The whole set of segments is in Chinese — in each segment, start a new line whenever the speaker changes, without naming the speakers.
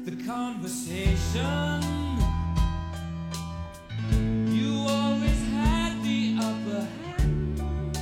the conversation. You always had the upper hand.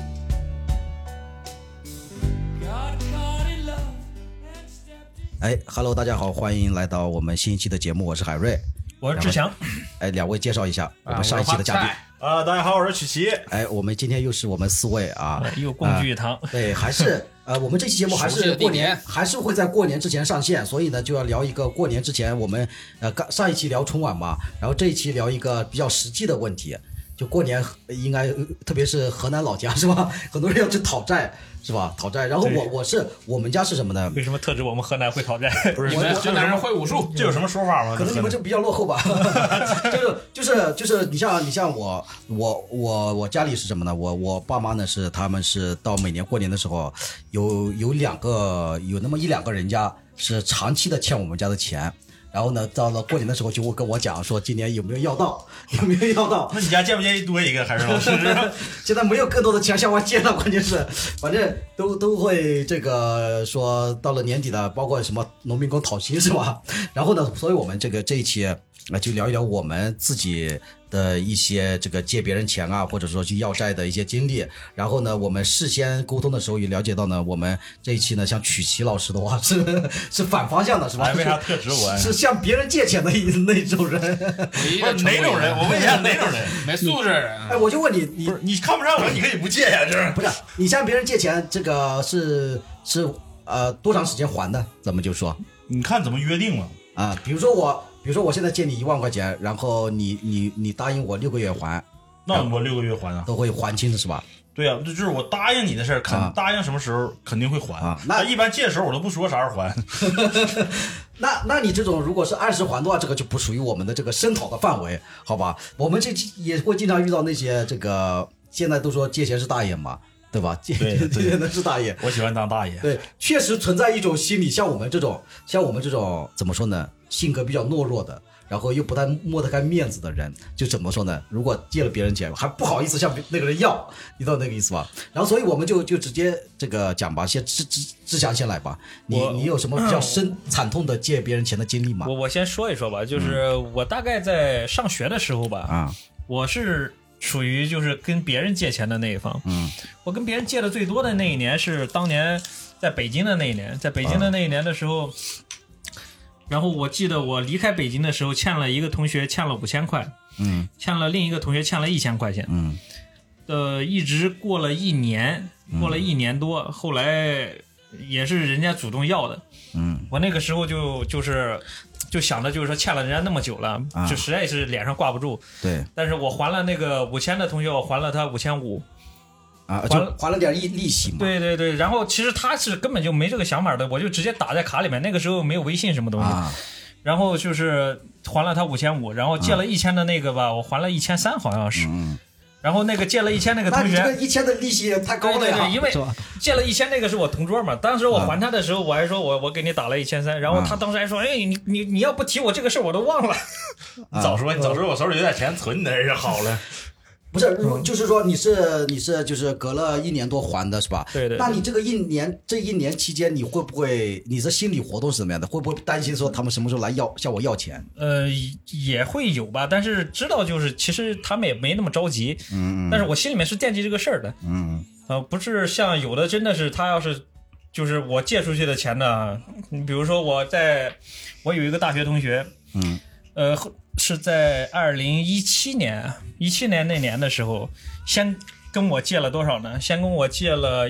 Got caught in love and stepped in.
Hello， 大家好，欢迎来到我们新一期的节目，我是海瑞，
我是志强。
两位介绍一下我们上一期的嘉宾。
大家好，我是曲奇。
我们今天又是我们4位啊，
又共聚一堂。
对，还是我们这期节目还是过年，还是会在过年之前上线，所以呢就要聊一个过年之前我们上一期聊春晚嘛，然后这一期聊一个比较实际的问题。就过年应该特别是河南老家是吧，很多人要去讨债是吧，讨债。然后我们家是什么呢？
为什么特指我们河南会讨债？
不是，
河南人会武术，
这有什么说法吗？
可能你们这比较落后吧。就是你像我家里是什么呢？我爸妈呢他们是到每年过年的时候有那么1-2个人家是长期的欠我们家的钱。然后呢，到了过年的时候就会跟我讲说，今年有没有要到？
那你家介不介意多一个还是老师？
现在没有更多的钱向我借了，关键是，反正都会这个说到了年底了，包括什么农民工讨薪是吧？然后呢，所以我们这一期就聊一聊我们自己的一些这个借别人钱啊，或者说去要债的一些经历。然后呢，我们事先沟通的时候也了解到呢，我们这一期呢，像曲奇老师的话是反方向的，是吧？
为啥特指我？
是向别人借钱的那种人。
哪种人？我问一下哪种人？
没素质。
我就问你，
不是你看不上我，你可以不借呀，这
不是你向别人借钱，这个是多长时间还的？咱们就说，
你看怎么约定了
啊？比如说我现在借你1万块钱，然后你答应我6个月还，
那我6个月还啊，
都会还清的是吧？
对啊，这就是我答应你的事儿，答应什么时候肯定会还
啊。
那一般借的时候我都不说啥时候还。
那你这种如果是按时还的话，这个就不属于我们的这个声讨的范围，好吧？我们这也会经常遇到那些这个现在都说借钱是大爷嘛。对吧？借钱的是大爷，
我喜欢当大爷。
对，确实存在一种心理，像我们这种怎么说呢？性格比较懦弱的，然后又不太摸得开面子的人，就怎么说呢？如果借了别人钱，还不好意思向那个人要，你知道那个意思吧？然后，所以我们就直接这个讲吧，先志强先来吧。你有什么比较惨痛的借别人钱的经历吗？
我先说一说吧，就是我大概在上学的时候吧，我是属于就是跟别人借钱的那一方。我跟别人借的最多的那一年是当年在北京的那一年，在北京的那一年的时候，然后我记得我离开北京的时候欠了一个同学欠了5000块，欠了另一个同学欠了1000块钱，一直过了1年，过了1年多，后来也是人家主动要的，我那个时候就想着就是说欠了人家那么久了，就实在是脸上挂不住。
对，
但是我还了那个5000的同学，我还了他5500
啊，就还了点利息嘛。
对对对，然后其实他是根本就没这个想法的，我就直接打在卡里面。那个时候没有微信什么东西，然后就是还了他5500，然后借了1000的那个吧，我还了1300好像是。然后那个借了1000那个同学，
那你这个1000的利息也太高了呀！
对，因为借了1000那个是我同桌嘛，当时我还他的时候，我还说我给你打了1300，然后他当时还说，哎，你要不提我这个事我都忘了。
你早说我手里有点钱存你那是好了。
不是，就是说你是就是隔了1年多还的是吧？
对对。
那你这一年期间，你会不会你的心理活动是怎么样的？会不会担心说他们什么时候来向我要钱？
也会有吧，但是知道就是其实他们也没那么着急。但是我心里面是惦记这个事儿的。不是像有的真的是他要是就是我借出去的钱呢，你比如说我有一个大学同学，是在2017年那年的时候，先跟我借了多少呢？先跟我借了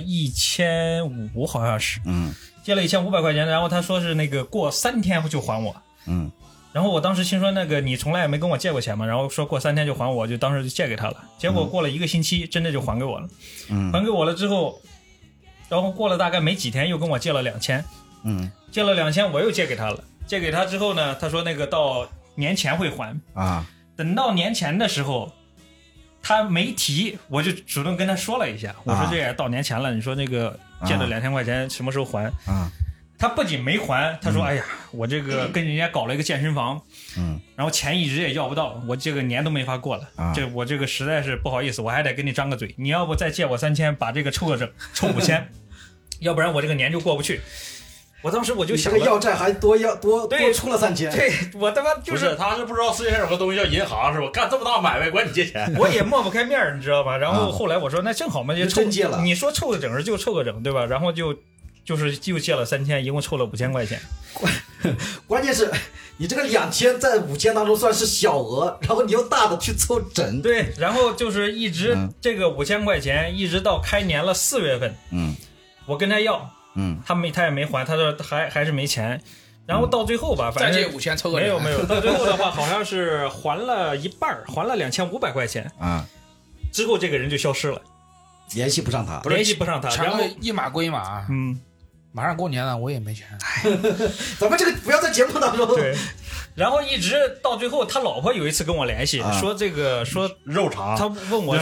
1500，好像是，借了1500块钱，然后他说是那个过3天就还我，然后我当时心说那个你从来也没跟我借过钱嘛，然后说过3天就还我，就当时就借给他了，结果过了1个星期，真的就还给我了，还给我了之后，然后过了大概没几天又跟我借了2000，借了2000我又借给他了，借给他之后呢，他说那个到年前会还啊，等到年前的时候他没提，我就主动跟他说了一下，我说这也到年前了，你说那个借了2000块钱什么时候还啊？他不仅没还，他说哎呀我这个跟人家搞了一个健身房，然后钱一直也要不到，我这个年都没法过了，我这个实在是不好意思，我还得跟你张个嘴，你要不再借我3000，把这个凑个整，凑5000要不然我这个年就过不去。 我当时我就想
这个要债还多出了3000。
对我他妈就是
他是不知道世界上有个东西叫银行是吧？干这么大买卖管你借钱，
我也抹不开面儿，你知道吧？然后后来我说那正好嘛，就
真借了。
你说凑个整就凑个整，对吧？然后就是又借了3000，一共凑了5000块钱。
关键是你这个2000在5000当中算是小额，然后你又大的去凑整。
对，然后就是一直这个5000块钱，一直到开年了4月份，我跟他要，他也没还，他说还是没钱。然后到最后吧，反正
再借5000凑个
没有，到最后的话好像是还了一半，还了2500块钱
啊。
之后这个人就消失了，
联系不上他，
然后一码归一码，马上过年了，我也没钱。
咱们这个不要在节目当中。
对，然后一直到最后，他老婆有一次跟我联系，说这个说
肉肠，
他问我，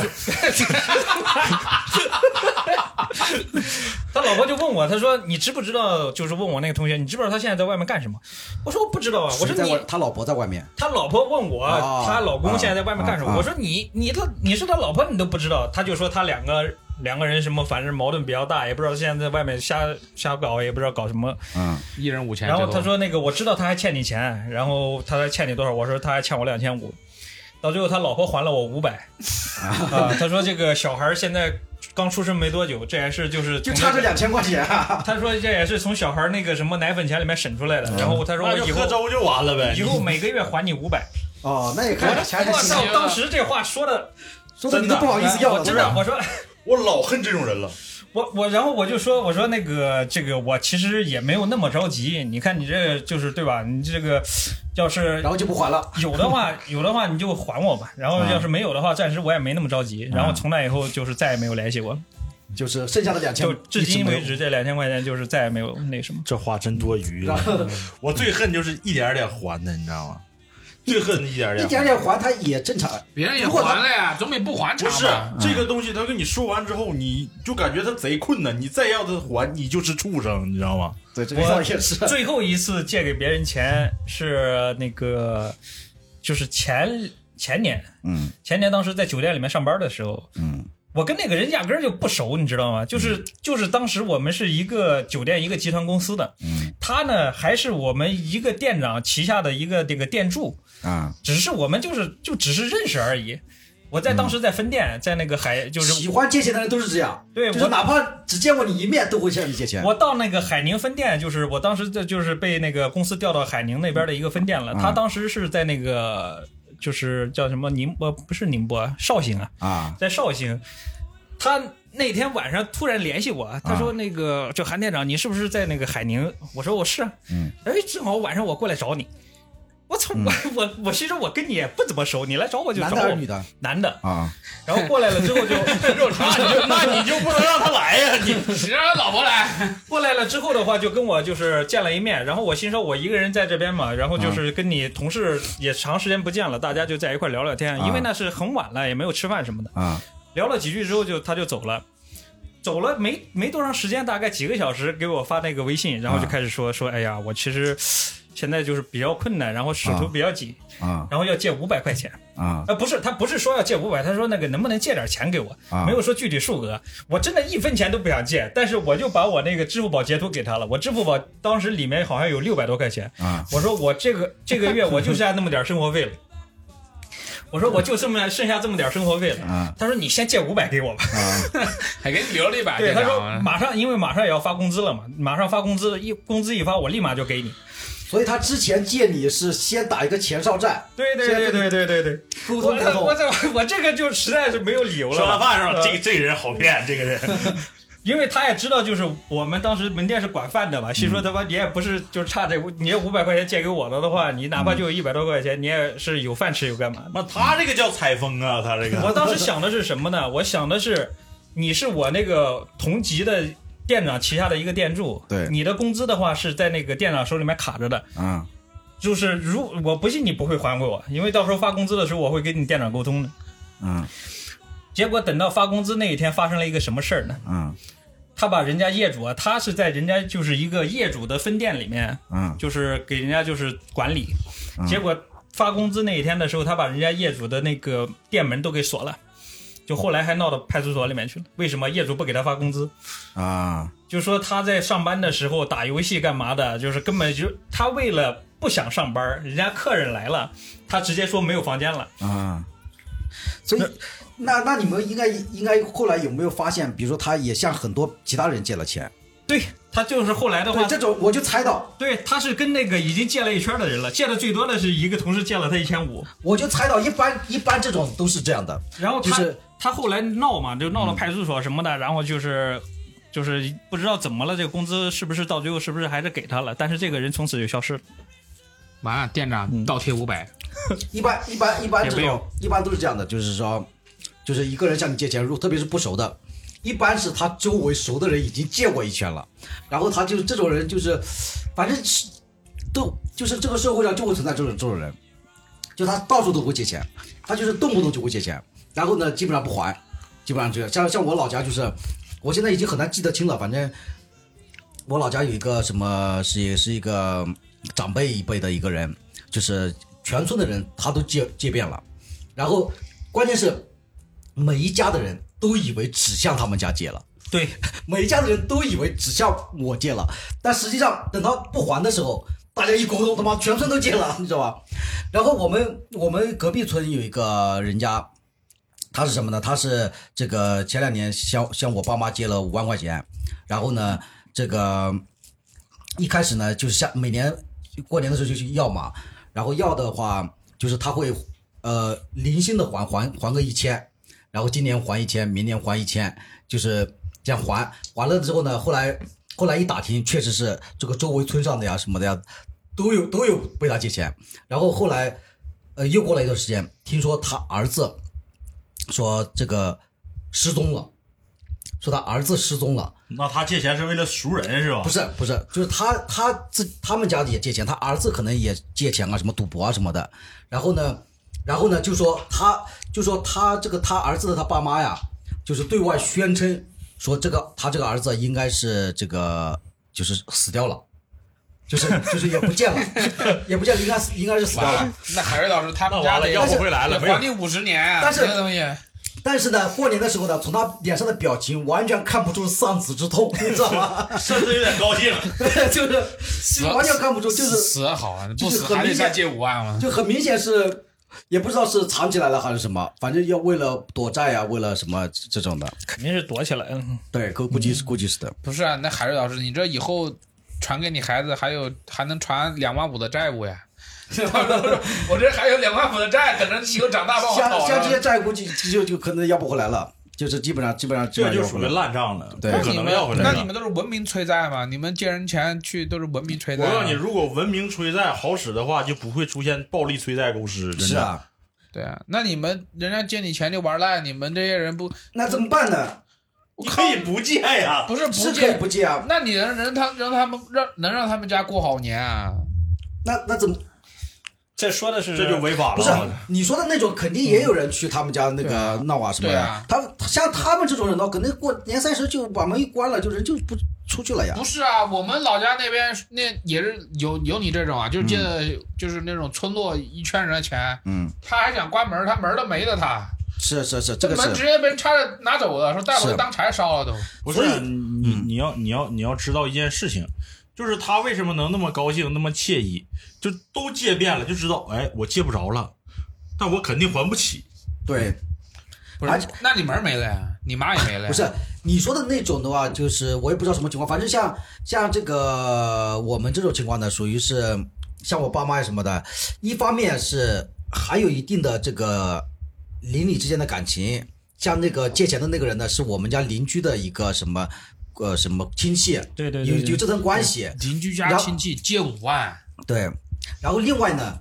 他老婆就问我，他说你知不知道？就是问我那个同学，你知不知道他现在在外面干什么？我说我不知道啊。我说
他老婆在外面。
他老婆问我，他老公现在在外面干什么？我说你是他老婆，你都不知道？他就说他两个人什么，反正矛盾比较大，也不知道现在在外面瞎搞，也不知道搞什么。
一人5000。
然后他说那个我知道他还欠你钱，然后他还欠你多少？我说他还欠我2500。到最后他老婆还了我500。他说这个小孩现在刚出生没多久，这也是就
差这2000块钱。
他说这也是从小孩那个什么奶粉钱里面省出来的。然后他说我以后
喝粥就完了呗，
以后每个月还你500。
哦，那也可以。
我当时这话说的
你都不好意思要了。
真的，我说
我老恨这种人了。
然后我就说，我说那个这个我其实也没有那么着急。你看你这个就是对吧？你这个要是
然后就不还了，
有的话你就还我吧。然后要是没有的话，暂时我也没那么着急。然后从那以后就是再也没有联系过，
就是剩下的2000，
就至今为止这2000块钱就是再也没有那什么。
这话真多余。我最恨就是一点点还的，你知道吗？最恨一点
还，他也正常。
别人也还了呀，总比不还差。
不是这个东西，他跟你说完之后，你就感觉他贼困难。你再要他还，你就是畜生，你知道吗？
对，这个也是。
最后一次借给别人钱是那个，就是前年，前年当时在酒店里面上班的时候，我跟那个人压根儿就不熟，你知道吗？就是当时我们是一个酒店一个集团公司的，他呢还是我们一个店长旗下的一个这个店助只是我们就只是认识而已。我当时在分店，在那个就是
喜欢借钱的人都是这样，
对，
就是哪怕只见过你一面，都会向你借钱。
我到那个海宁分店，就是我当时就是被那个公司调到海宁那边的一个分店了。他当时是在那个。就是叫什么不是宁波，绍兴在绍兴。他那天晚上突然联系我，他说那个就韩店长，你是不是在那个海宁？我说我是啊。正好晚上我过来找你。我操！我其实我跟你也不怎么熟，你来找我就找我。
男的还是女的？
男的啊。然后过来了之后就
那你就不能让他来呀？你
让他老婆来。
过来了之后的话，就跟我就是见了一面。然后我心说，我一个人在这边嘛，然后就是跟你同事也长时间不见了，大家就在一块聊聊天。因为那是很晚了，也没有吃饭什么的。聊了几句之后他就走了。走了没多长时间，大概几个小时，给我发那个微信，然后就开始说哎呀，我其实现在就是比较困难，然后手头比较紧然后要借500块钱不是，他不是说要借500，他说那个能不能借点钱给我没有说具体数额。我真的1分钱都不想借，但是我就把我那个支付宝截图给他了。我支付宝当时里面好像有600多块钱我说我这个月我就剩下那么点生活费了。我说我就剩下这么点生活费了他说你先借500给我吧
还给你留了100。
对，他说因为马上也要发工资了嘛，马上发工资，工资一发我立马就给你。
所以他之前借你是先打一个前哨战。
对，
沟通。
我这个就实在是没有理由了。
吃完饭是吧？这个人好骗，这个人。
因为他也知道，就是我们当时门店是管饭的嘛，心说他妈你也不是就是差这，你要500块钱借给我的话，你哪怕就有100多块钱，你也是有饭吃有干嘛？
那他这个叫采风啊，他这个。
我当时想的是什么呢？我想的是，你是我那个同级的店长旗下的一个店助，
对，
你的工资的话是在那个店长手里面卡着的，就是我不信你不会还给我，因为到时候发工资的时候我会跟你店长沟通的，结果等到发工资那一天发生了一个什么事儿呢？他把人家业主他是在人家就是一个业主的分店里面，就是给人家就是管理，结果发工资那一天的时候，他把人家业主的那个店门都给锁了， 就后来还闹到派出所里面去了。为什么业主不给他发工资
啊？
就说他在上班的时候打游戏干嘛的，就是根本就他为了不想上班，人家客人来了，他直接说没有房间了
啊。所以那你们应该后来有没有发现，比如说他也向很多其他人借了钱？
对，他就是后来的话，
这种我就猜到，
对，他是跟那个已经借了一圈的人了，借的最多的是一个同事借了他1500，
我就猜到一般这种都是这样的。
然后他后来闹嘛，就闹到派出所什么的，然后就是不知道怎么了，这个工资是不是到最后是不是还是给他了？但是这个人从此就消失了。
完了，店长倒贴500。
一般这种一般都是这样的，就是说，就是一个人向你借钱，特别是不熟的。一般是他周围熟的人已经借过一圈了，然后他就这种人就是，反正都就是这个社会上就会存在这种人，就他到处都会借钱，他就是动不动就会借钱，然后呢基本上不还，基本上这样。像我老家就是，我现在已经很难记得清了，反正我老家有一个什么是一个长辈一辈的一个人，就是全村的人他都借遍了，然后关键是每一家的人都以为只向他们家借了，
对，
每一家的人都以为只向我借了，但实际上等他不还的时候，大家一沟通，他妈全村都借了，你知道吧？然后我们隔壁村有一个人家，他是什么呢？他是这个前2年向我爸妈借了5万块钱，然后呢，这个一开始呢就是每年过年的时候就去要嘛，然后要的话就是他会零星的还个1000。然后今年还1000，明年还1000，就是这样还了之后呢，后来一打听，确实是这个周围村上的呀什么的呀，都有被他借钱。然后后来又过了一段时间，听说他儿子说这个失踪了，说他儿子失踪了。
那他借钱是为了赎人是吧？
不是，就是他们家也借钱，他儿子可能也借钱啊，什么赌博啊什么的。然后呢，就说他这个他儿子的他爸妈呀，就是对外宣称说他这个儿子应该是这个就是死掉了，就是也不见了，应该是死掉了。
那海瑞老师他们家的
要不回来了，
还你50年啊，
但是
这个东西。
但是呢，过年的时候呢，从他脸上的表情完全看不出丧子之痛，你知道吗？
甚至有点高兴，
就是完全看不出，就是
死好啊，不死还得再借5万吗？
就很明显是，也不知道是藏起来了还是什么，反正要为了躲债啊，为了什么这种的，
肯定是躲起来了。
对，估计是的。
不是啊，那海瑞老师，你这以后传给你孩子，还能传2万5的债务呀？我这还有2万5的债，等着以后长大帮我讨。
像这些债估计就可能要不回来了，就是基本上
这就属于烂账了，
对，
可能要回来。
那你们都是文明催债吗？你们借人钱去都是文明催债？
我告诉你，如果文明催债好使的话，就不会出现暴力催债公司。
是啊，
对啊，那你们人家借你钱就玩烂，你们这些人不
那怎么办呢？
你可以不借呀，
不是
可以不借啊？
那你让他们家过好年啊？
那怎么？
这说的是
这就违法了。
不是你说的那种，肯定也有人去他们家那个闹啊什么的。像他们这种人呢，可能过年30就把门一关了，就人就不出去了呀。
不是啊，我们老家那边那也是有你这种啊，就是借的就是那种村落一圈人的钱，他还想关门，他门都没了他。
是，这个是
门直接被人插着拿走了，说带回去当柴烧了都。
不是你要知道一件事情。就是他为什么能那么高兴那么惬意，就都借遍了，就知道哎，我借不着了，但我肯定还不起。
对，
不是，那你门没了呀，你妈也没了呀。
不是你说的那种的话，就是我也不知道什么情况，反正像这个我们这种情况呢，属于是像我爸妈什么的，一方面是还有一定的这个邻里之间的感情，像那个借钱的那个人呢，是我们家邻居的一个什么亲戚，
对，
有这层关系，
邻居家亲戚借5万，
对，然后另外呢，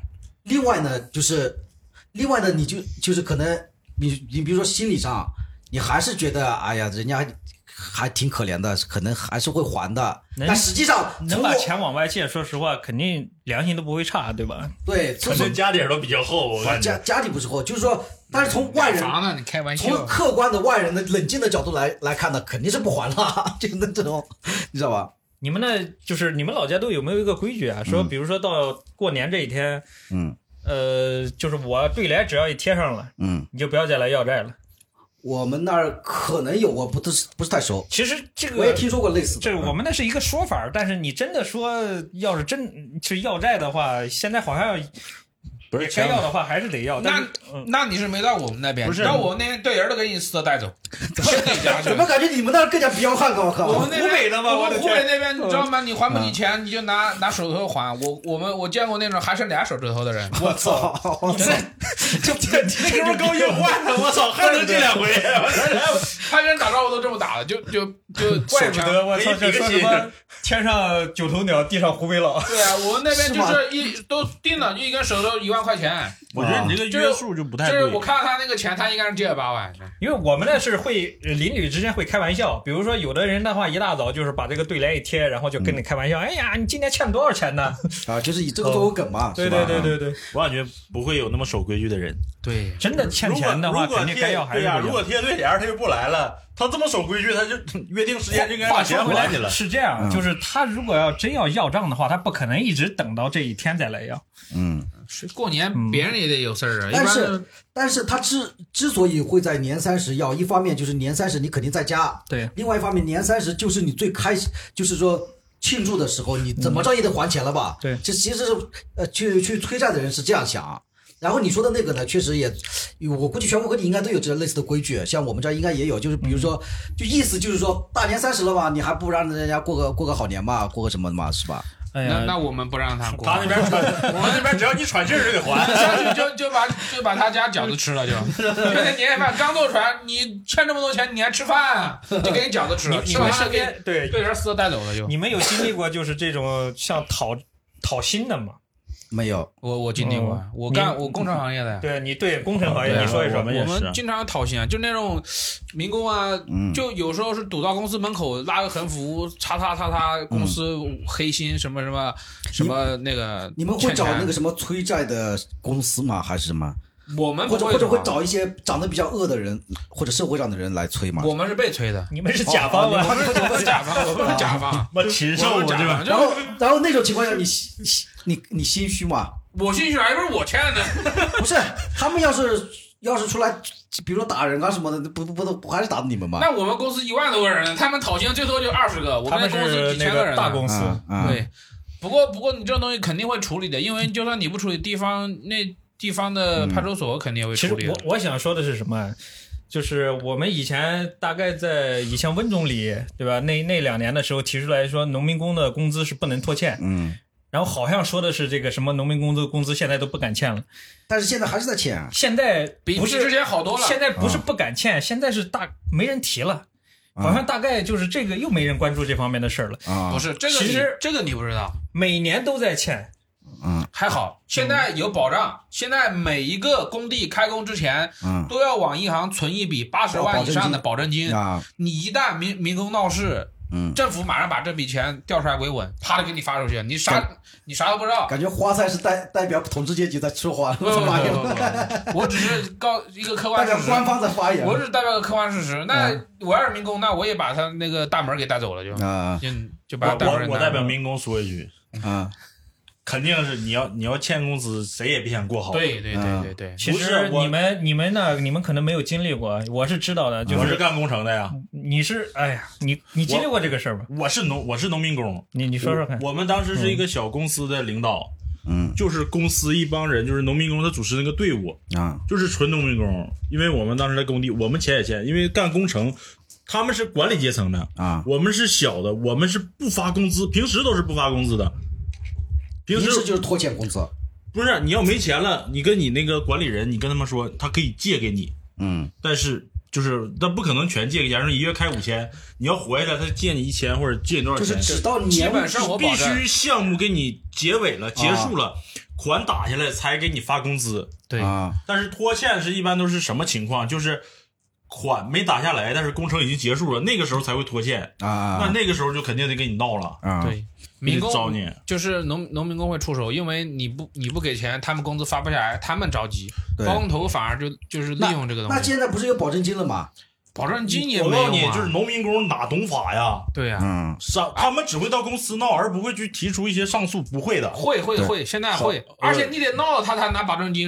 你就是可能你比如说心理上，你还是觉得哎呀，人家还挺可怜的，可能还是会还的，但实际上
能把钱往外借，说实话，肯定良心都不会差，对吧？
对，
可能家底都比较厚，我感觉
家底不是厚，就是说，但是从外人
呢，你开玩笑，
从客观的外人的冷静的角度来看呢，肯定是不还了，就是那种，你知道吧？
你们那就是你们老家都有没有一个规矩啊？说比如说到过年这一天，就是我对联只要一贴上了，你就不要再来要债了。
我们那儿可能有，我不是太熟。
其实这个
我也听说过类似的。
这我们那是一个说法，但是你真的说要是真去要债的话，现在好像
不是
该要的话还是得要。
那你是没到我们那边，
不是
到我们那边对人都给你撕带走，先给家去
怎。么感觉你们那儿更加彪悍？我靠！
我们那边
湖北的吗我的天
湖北那边你知道吗？你还不起钱，你就拿手指头还。我见过那种还剩俩手指头的人。
我操！
就那哥们高硬坏了，我操，还能进2回？
他跟人打招呼都这么打的，就
怪不得我操！这说什么天上九头鸟，地上湖北佬？
对啊，我们那边就是都定了，就一根手头1万块钱。
我觉得你这个约束就不太对。
就是我看到他那个钱，他应该是借了8万。
因为我们那是会邻里之间会开玩笑，比如说有的人的话，一大早就是把这个对联一贴，然后就跟你开玩笑，哎呀，你今年欠多少钱呢？
啊，就是以这个作为梗嘛。
对。
我感觉不会有那么守规矩的人。
对，
真的欠钱的话，肯定该要还是要。
如果贴对联他就不来了，他这么守规矩，他就约定时间就应该把钱还去了。
是这样，就是他如果要真要账的话，他不可能一直等到这一天再来要。
过年别人也得有事儿啊。
但是他之所以会在年30要，一方面就是年30你肯定在家，
对；
另外一方面年30就是你最开心，就是说庆祝的时候，你怎么着也得还钱了吧？
对，
这其实是去催债的人是这样想。然后你说的那个呢，确实也，我估计全国各地应该都有这类似的规矩，像我们这儿应该也有，就是比如说，就意思就是说，大年30了吧，你还不让人家过个好年嘛，过个什么嘛，是吧？
哎呀，
那我们不让他过，
他那边我们那边只要你喘气儿就得还，
下去就把他家饺子吃了就那年夜饭刚做出来，你欠这么多钱你还吃饭，就给你饺子吃了，
你们身边
对人撕了带走了就。
你们有经历过就是这种像讨薪的吗？
没有，
我经历过，我工程行业的呀。
对你对工程行业，你说一说。
我们经常讨薪啊，就那种民工啊，就有时候是堵到公司门口拉个横幅，叉公司黑心什么那个。
你们会找那个什么催债的公司吗？还是什么？
我们
或者会找一些长得比较恶的人或者社会上的人来催吗？
我们是被催的，
你们是甲方吗？
我们是甲方，我们是甲方，
我禽兽对吧？
然后那种情况下，你心虚吗？
我心虚还不是我欠的，
不是他们要是出来，比如说打人啊什么的，不还是打你们吗？
那我们公司1万多个人，他们讨薪最多就20个，我们公司几千个人，
大公司，
对。不过你这种东西肯定会处理的，因为就算你不处理，地方的派出所肯定也会处理。
其实我想说的是什么？就是我们以前大概在以前温总理对吧？那2年的时候提出来说，农民工的工资是不能拖欠。然后好像说的是这个什么农民工资现在都不敢欠了，
但是现在还是在欠啊。
现在
比之前好多了。
现在不是不敢欠，现在是没人提了。好像大概就是这个又没人关注这方面的事儿了。
不是这个，
其实
这个你不知道，
每年都在欠。
还好，现在有保障。现在每一个工地开工之前，都要往银行存一笔80万以上的保证金。你一旦民工闹事，政府马上把这笔钱调出来维稳，啪的给你发出去，你啥都不知道。
感觉花菜是代表统治阶级在说话。
我只是一个客观事实，
官方在发言。
我只是代表个客观事实。那我要是民工，那我也把他那个大门给带走了，就把大门。
我代表民工说一句肯定是你要欠工资，谁也别想过好。
对。
其实你们呢，你们可能没有经历过，我是知道的。就是
我是干工程的呀。
你是哎呀，你经历过这个事儿吗？
我是农民工。
你说说看。
我们当时是一个小公司的领导，就是公司一帮人，就是农民工，他主持那个队伍就是纯农民工。因为我们当时在工地，我们钱也欠，因为干工程。他们是管理阶层的我们是小的，我们是不发工资，平时都是不发工资的。
平时就是拖欠工资。
不是，你要没钱了，你跟你那个管理人，你跟他们说，他可以借给你，但是就是他不可能全借给，假如1月开5000，你要活下来，他借你1000或者借你多少钱，
就是直到
基本生活保障，
必须项目给你结尾了，结束了，款打下来才给你发工资。
对
但是拖欠是一般都是什么情况？就是款没打下来，但是工程已经结束了，那个时候才会拖欠那个时候就肯定得给你闹了
对。民工
找你，
就是农民工会出手，因为你不给钱，他们工资发不下来，他们着急，包工头反而就是利用这个东西。
那现在不是有保证金了吗？
保证金也没有
我告诉你，就是农民工哪懂法呀？
对呀，
他们只会到公司闹，而不会去提出一些上诉，不会的。
会，现在会，而且你得闹了他才拿保证金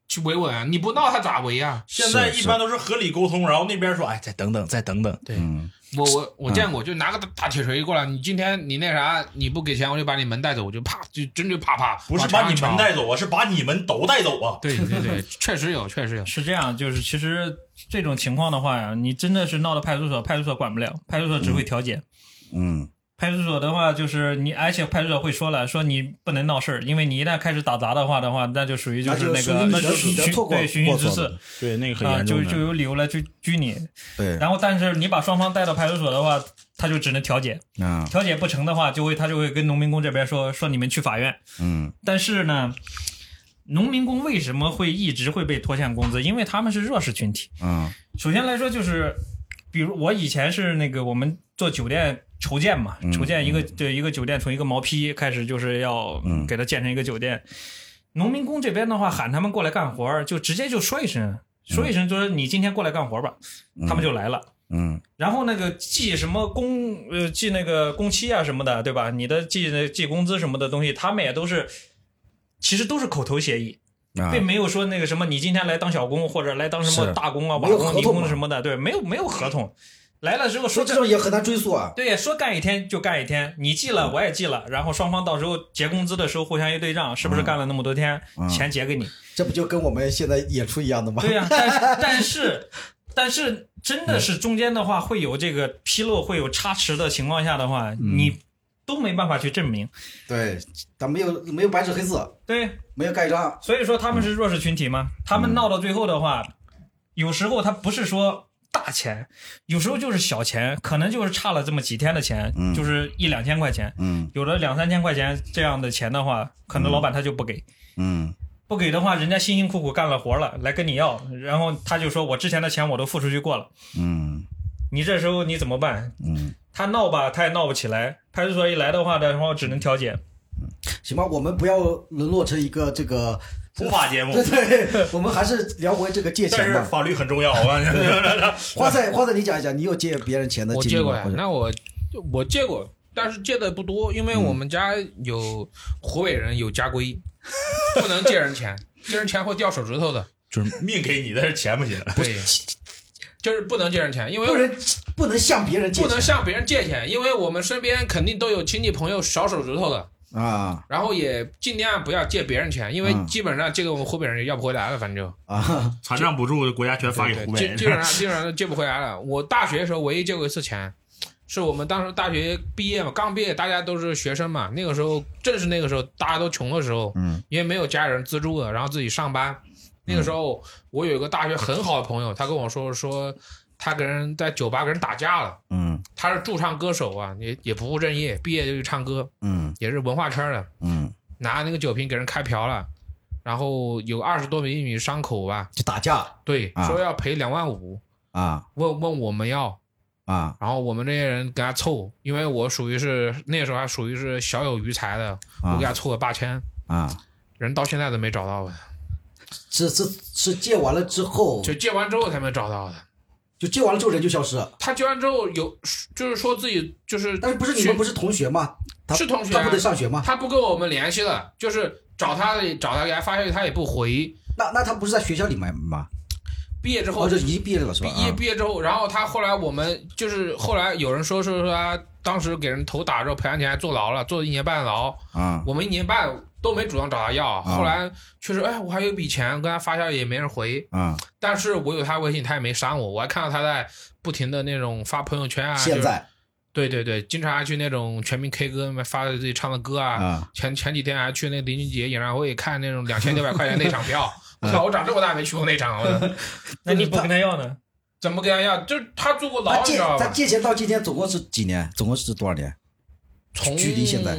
去维稳啊，你不闹他咋维啊？
现在一般都是合理沟通，然后那边说，哎，再等等，再等等。
对，我见过，就拿个大铁锤过来，你今天你那啥，你不给钱，我就把你门带走，我就啪，就真就啪啪，
不是把你门带走啊，是把你们都带走啊。
对对对，确实有。
是这样，就是其实这种情况的话呀，你真的是闹到派出所，派出所管不了，派出所只会调解。派出所的话就是你，而且派出所会说了，说你不能闹事儿，因为你一旦开始打砸的话，那就属于就是那个
那就寻
衅之事，
对那个很严重
就有理由来拘你。
对，
然后但是你把双方带到派出所的话，他就只能调解，调解不成的话，他就会跟农民工这边说你们去法院。但是呢，农民工为什么会一直会被拖欠工资？因为他们是弱势群体。首先来说就是，比如我以前是那个我们做酒店筹建嘛，筹建一个酒店，从一个毛坯开始，就是要给它建成一个酒店。农民工这边的话喊他们过来干活，就直接就说一声，就是你今天过来干活吧，他们就来了。然后那个记什么记那个工期啊什么的，对吧？你的记工资什么的东西，他们也都是，其实都是口头协议，并没有说那个什么你今天来当小工或者来当什么大工啊、瓦工、泥工什么的，对，没有合同。来了之后说
这种也很难追溯啊。
对，说干一天就干一天，你记了我也记了，然后双方到时候结工资的时候互相一对账，是不是干了那么多天，钱结给你？
这不就跟我们现在演出一样的吗？
对呀，但是真的是中间的话会有这个纰漏，会有差池的情况下的话，你都没办法去证明。
对，他没有白纸黑字，
对，
没有盖章。
所以说他们是弱势群体嘛，他们闹到最后的话，有时候他不是说大钱，有时候就是小钱，可能就是差了这么几天的钱，就是1-2千块钱，有的2-3千块钱这样的钱的话，可能老板他就不给，不给的话，人家辛辛苦苦干了活了，来跟你要，然后他就说我之前的钱我都付出去过了，你这时候你怎么办？他闹吧，他也闹不起来，派出所一来的话，然后只能调解。
行吧，我们不要沦落成一个这个
普法节目，
对，我们还是聊回这个借钱吧。
但是法律很重要，我告诉你。
花菜，你讲一讲，你有借别人钱的经历吗？
我借过呀，那我借过，但是借的不多，因为我们家有湖北人有家规，不能借人钱，借人钱会掉手指头的。
就是命给你，但是钱不行。
对，就是不能借人钱，因为
不能向别人借钱，
不能向别人借钱，因为我们身边肯定都有亲戚朋友少手指头的。然后也尽量不要借别人钱，因为基本上这个我们湖北人要不回来了，反正就
残障补助国家全发给湖北人，
基本上都借不回来了。我大学的时候唯一借过一次钱，是我们当时大学毕业嘛，刚毕业，大家都是学生嘛，那个时候正是那个时候大家都穷的时候，因为没有家人资助的，然后自己上班。那个时候我有一个大学很好的朋友，他跟我说他跟人在酒吧跟人打架了，他是驻唱歌手啊，也不务正业，毕业就去唱歌，也是文化圈的，拿那个酒瓶给人开瓢了，然后有20多厘米伤口吧，
就打架，
对，说要赔2万5啊，问我们要啊，然后我们这些人给他凑，因为我那时候还属于是小有余财的，我给他凑了8000啊，人到现在都没找到的，
是借完了之后，
就借完之后才没找到的。
就借完了之后人就消失了。他
借完之后就是说自己就是，
但是不是你们不是同学吗？
是同学，
他不得上学吗？
他不跟我们联系了，就是找他给他发消息，他也不回。
那他不是在学校里面吗？
毕业之后，
就已经毕业了是吧？
毕业之后，然后他后来我们就是后来有人说他当时给人头打之后赔完钱还坐牢了，坐了1年半牢啊。我们1年半都没主动找他要，后来确实我还有一笔钱，跟他发消息也没人回啊。但是我有他微信，他也没删我，我还看到他在不停的那种发朋友圈啊。
现在，
对对对，经常还去那种全民 K 歌发自己唱的歌啊。前几天还去那林俊杰演唱会看那种2600块钱那场票。我长这么大没去过那场，
那你不跟他要呢？
怎么跟他要？就是他坐过牢，你知道吧？
他借钱到今天总共是几年？总共是多少年？距离现在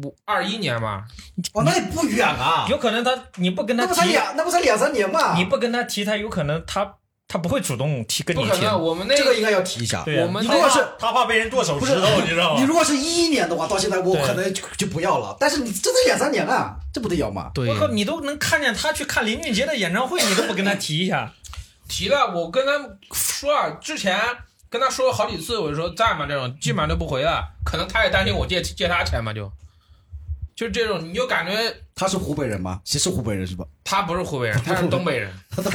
21年嘛。
那也不远啊。
有可能你不跟他提，
那不才2-3年嘛。
你不跟他提，他有可能他不会主动跟你提。
不可能，我们这
个应该要提一下。
对，
我们
如果是
他怕被人剁手指头，你知道吗？
你如果是11年的话，到现在我可能就不要了。但是你这才2-3年啊，这不得要吗？
对，
我靠，你都能看见他去看林俊杰的演唱会，你都不跟他提一下。
提了，我跟他说啊，之前跟他说了好几次，我就说在吗？这种基本上都不回了，可能他也担心我借他钱嘛就。 就这种，你就感觉
他是湖北人吗？是湖北人是吧？
他不是湖北人，他是东北人，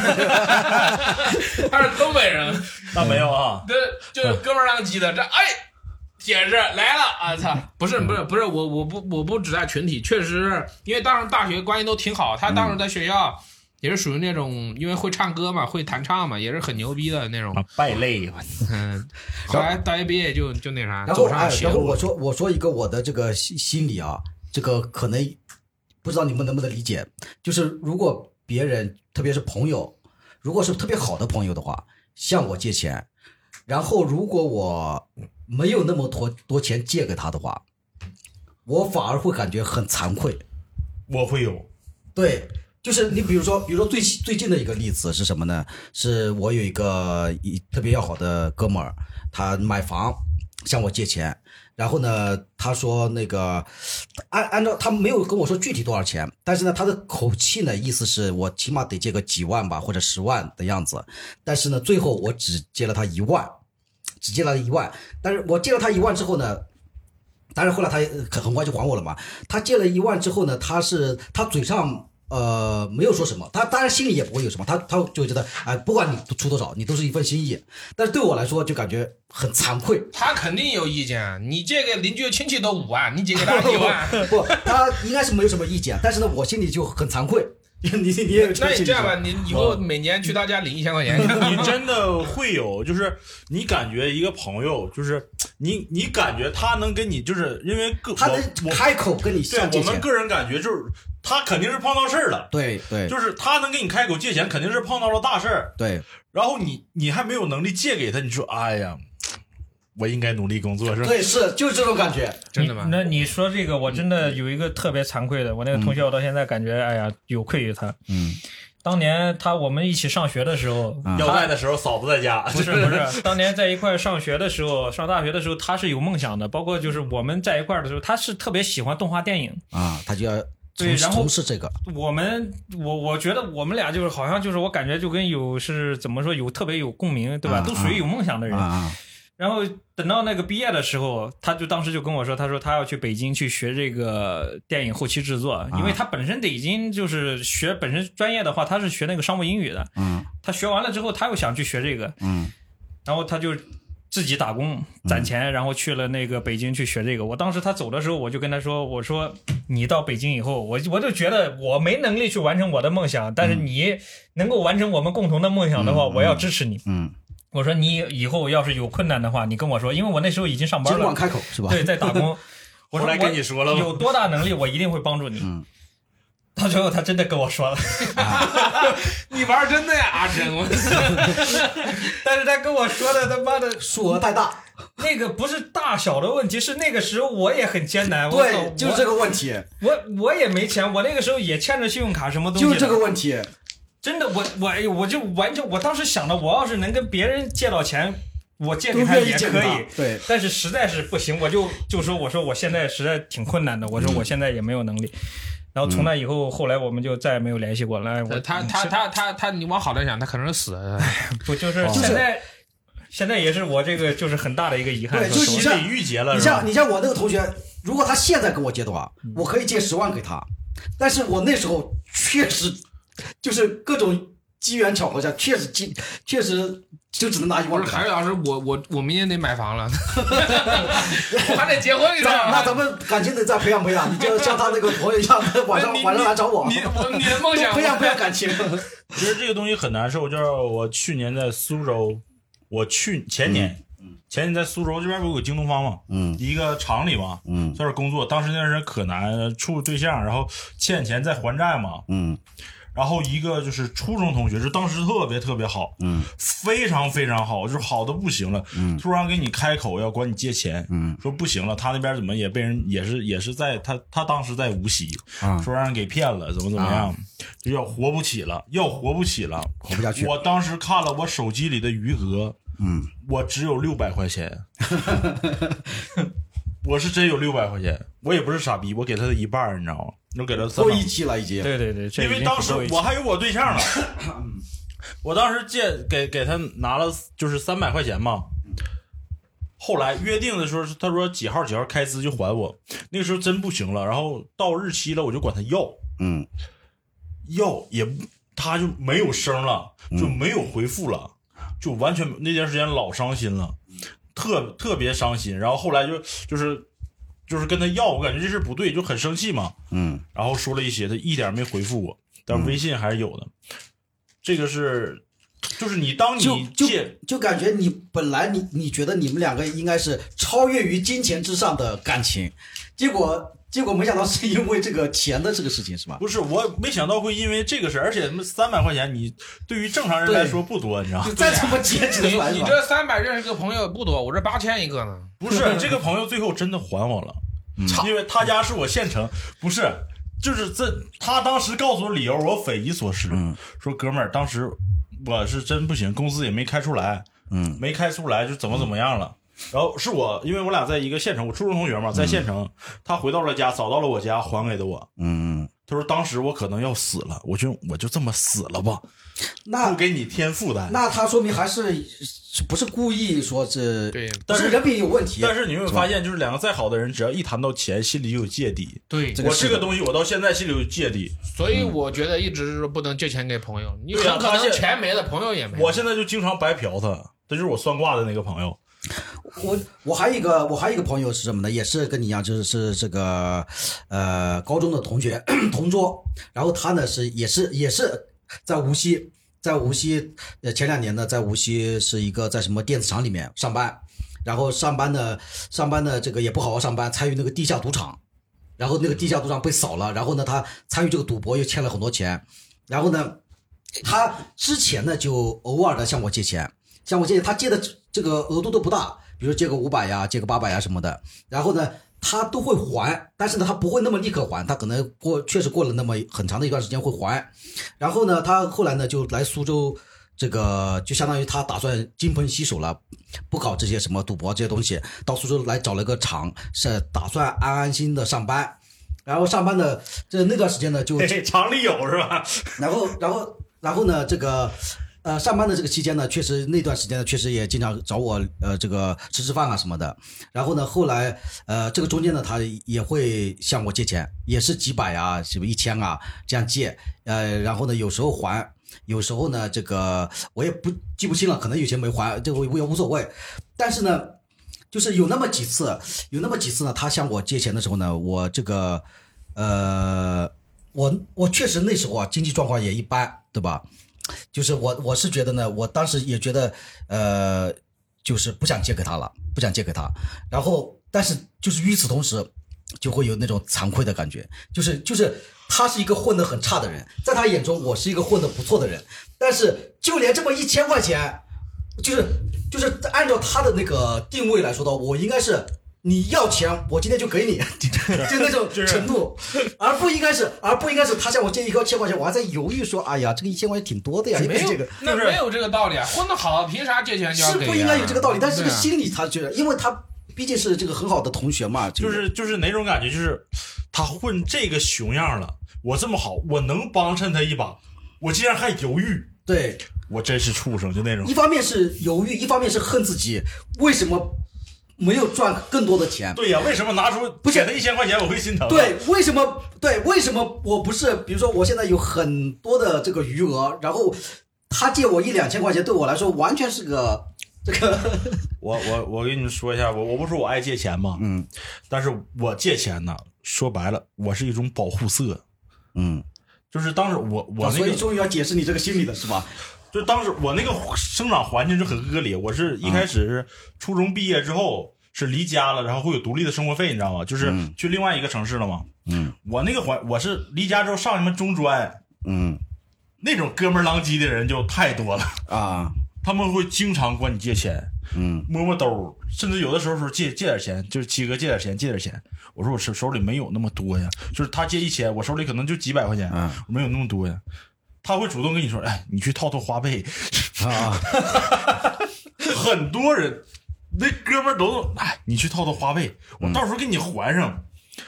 他是东北人。
那没有啊，
这就是哥们儿让鸡的，这铁子来了啊！操，不是，我不只在群体，确实，因为当时大学关系都挺好，他当时在学校也是属于那种，因为会唱歌嘛，会弹唱嘛，也是很牛逼的那种
败类。
后来大学毕业就那啥，
然后
然后
我说一个我的这个心理啊，这个可能不知道你们能不能理解，就是如果别人特别是朋友，如果是特别好的朋友的话，向我借钱，然后如果我没有那么多钱借给他的话，我反而会感觉很惭愧。
我会有，
对，就是你比如说最近的一个例子是什么呢？是我有一个特别要好的哥们儿，他买房向我借钱，然后呢，他说那个按照他没有跟我说具体多少钱，但是呢，他的口气呢，意思是我起码得借个几万吧，或者10万的样子。但是呢，最后我只借了他1万，但是我借了他1万之后呢，当然后来他很快就还我了嘛。他借了1万之后呢，他嘴上没有说什么，他当然心里也不会有什么，他就觉得不管你出多少，你都是一份心意。但是对我来说就感觉很惭愧。
他肯定有意见，你借给邻居亲戚都5万，你借给他1万，
不，他应该是没有什么意见，但是呢，我心里就很惭愧。你也
那你这样吧，你以后每年去他家领1000块钱，
你真的会有，就是你感觉一个朋友，就是你感觉他能跟你，就是因为
他能开口跟你
对我们个人感觉就是他肯定是碰到事儿了，
对，
就是他能跟你开口借钱，肯定是碰到了大事儿，
对，
然后你还没有能力借给他，你说哎呀，我应该努力工作是吧？
对，就是这种感觉，
真的吗？
那你说这个，我真的有一个特别惭愧的，我那个同学，我到现在感觉，哎呀，有愧于他。当年我们一起上学的时候，
要债的时候嫂子在家，
不是，当年在一块上学的时候，上大学的时候，他是有梦想的，包括就是我们在一块的时候，他是特别喜欢动画电影
啊，他就要
对，然后
从事这个。
我觉得我们俩就是好像就是我感觉就跟是怎么说特别有共鸣，对吧？都属于有梦想的人。然后等到那个毕业的时候，他当时就跟我说，他说他要去北京去学这个电影后期制作，因为他本身已经就是学本身专业的话，他是学那个商务英语的。他学完了之后，他又想去学这个。然后他就自己打工攒钱，然后去了那个北京去学这个。我当时他走的时候，我就跟他说，我说你到北京以后，我就觉得我没能力去完成我的梦想，但是你能够完成我们共同的梦想的话，我要支持你。我说你以后要是有困难的话，你跟我说，因为我那时候已经上班了，
尽管开口是吧？
对，在打工。我说
来跟你说了，
有多大能力，我一定会帮助你。到最后他真的跟我说了，
你玩真的呀，阿珍？
但是他跟我说的他妈的
数额太大，
那个不是大小的问题，是那个时候我也很艰难。
对，就是这个问题。
我也没钱，我那个时候也欠着信用卡什么东西，
就是这个问题。
真的，我就完全，我当时想的，我要是能跟别人借到钱，我借给他也可以，
对。
但是实在是不行，我说我现在实在挺困难的，我说我现在也没有能力。然后从那以后，后来我们就再也没有联系过了。
他，你往好了想，他可能是死了。
不就是现在也是我这个就是很大的一个遗憾，
对，就是
心理郁结了。
你像我那个同学，如果他现在跟我借的话，我可以借10万给他，但是我那时候确实。就是各种机缘巧合下，确实就只能拿1万。
海瑞老师，我明年得买房了，我还得结婚一场。
那咱们感情得再培养培养，你就像他那个朋友一样，晚上来找我。
你的梦想
培养感情。
其实这个东西很难受，就是我去年在苏州，前年在苏州这边不有个京东方嘛，一个厂里嘛，在这工作，当时那人可难处对象，然后欠钱再还债嘛，然后一个就是初中同学，是当时特别特别好，非常非常好，就是好的不行了，突然给你开口要管你借钱，说不行了，他那边怎么也被人也是在他当时在无锡，说让人给骗了，怎么样，就要活不起了，活不下去。我当时看了我手机里的余额，我只有600块钱。我是真有600块钱，我也不是傻逼，我给他的一半，你知道吗？我给他
都一期了已经。
对，
因为当时我还有我对象呢，我当时给他拿了就是300块钱嘛， 后来约定的时候，他说几号开支就还我，那个时候真不行了，然后到日期了我就管他要，要也他就没有声了，就没有回复了，就完全那段时间老伤心了，特别伤心。然后后来就是跟他要，我感觉这事不对，就很生气嘛，然后说了一些，他一点没回复我，但微信还是有的。这个是。就是你当你
就感觉你本来你觉得你们两个应该是超越于金钱之上的感情，结果没想到是因为这个钱的这个事情，是吧？
不是，我没想到会因为这个事，而且300块钱你对于正常人来说不多，你知道吗？
再怎么节制的出来，
你这300认识个朋友不多，我这8000一个呢。
不是，这个朋友最后真的还我了，因为他家是我县城，不是，就是他当时告诉我理由，我匪夷所思，说哥们儿，当时。我是真不行，工资也没开出来，没开出来就怎么样了。然后是我，因为我俩在一个县城，我初中同学嘛，在县城，他回到了家，找到了我家，还给的我。他说当时我可能要死了，我就这么死了吧，不给你添负担。
那他说明还是不是故意说这，
对，
但是人品有问题。
但是你会发现，就是两个再好的人，只要一谈到钱，心里就有芥蒂。
对，
我这个东西，我到现在心里有芥蒂。
所以我觉得一直是不能借钱给朋友，你很可能钱没了，朋友也没了。
我现在就经常白嫖他，这就是我算卦的那个朋友。
我还有一个朋友是什么呢？也是跟你一样，就是这个高中的同学同桌，然后他呢也是在无锡前2年呢在无锡是一个在什么电子厂里面上班，然后上班呢这个也不好好上班，参与那个地下赌场，然后那个地下赌场被扫了，然后呢他参与这个赌博又欠了很多钱，然后呢他之前呢就偶尔的向我借钱，他借的这个额度都不大，比如借个500呀，借个800呀什么的，然后呢他都会还，但是呢他不会那么立刻还，他可能确实过了那么很长的一段时间会还。然后呢他后来呢就来苏州，这个就相当于他打算金盆洗手了，不搞这些什么赌博这些东西，到苏州来找了个厂，是打算安安心心的上班。然后上班的那段时间呢就
厂里有是吧？
然后呢这个上班的这个期间呢，确实那段时间呢，确实也经常找我这个吃饭啊什么的。然后呢，后来这个中间呢，他也会向我借钱，也是几百啊，什么1000啊这样借。然后呢，有时候还，有时候呢，这个我也记不清了，可能有些没还，这个也无所谓。但是呢，就是有那么几次呢，他向我借钱的时候呢，我这个我确实那时候啊，经济状况也一般，对吧？就是我是觉得呢，我当时也觉得就是不想借给他，然后但是就是与此同时就会有那种惭愧的感觉，就是他是一个混得很差的人，在他眼中我是一个混得不错的人，但是就连这么1000块钱，就是按照他的那个定位来说的，我应该是你要钱我今天就给你就那种程度，而不应该是他向我借1000块钱，我还在犹豫说，哎呀这个1000块钱挺多的呀，
没有
这个
那没有这个道理啊，混得好凭啥借钱就要给
是不应该有这个道理，但是这个心里他觉得，因为他毕竟是这个很好的同学嘛，
就是哪种感觉，就是他混这个熊样了，我这么好，我能帮衬他一把，我竟然还犹豫，
对，
我真是畜生，就那种。
一方面是犹豫，一方面是恨自己为什么没有赚更多的钱。
对呀，为什么拿出给他1000块钱我会心疼？
对，为什么我不是，比如说我现在有很多的这个余额，然后他借我1-2000块钱，对我来说完全是个这个。
我跟你们说一下，我不是说我爱借钱吗？但是我借钱呢，说白了，我是一种保护色。就是当时我那个，
所以终于要解释你这个心理了，是吧？
就当时我那个生长环境就很恶劣，我是一开始是初中毕业之后是离家了，然后会有独立的生活费，你知道吗？就是去另外一个城市了嘛。我那个我是离家之后上什么中专，那种哥们儿狼藉的人就太多了啊，他们会经常管你借钱，摸摸兜，甚至有的时候借点钱，就是七哥借点钱。我说我手里没有那么多呀，就是他借1000，我手里可能就几百块钱，我没有那么多呀。他会主动跟你说，哎，你去套花呗啊。很多人那哥们儿都哎，你去套花呗，我到时候给你还上。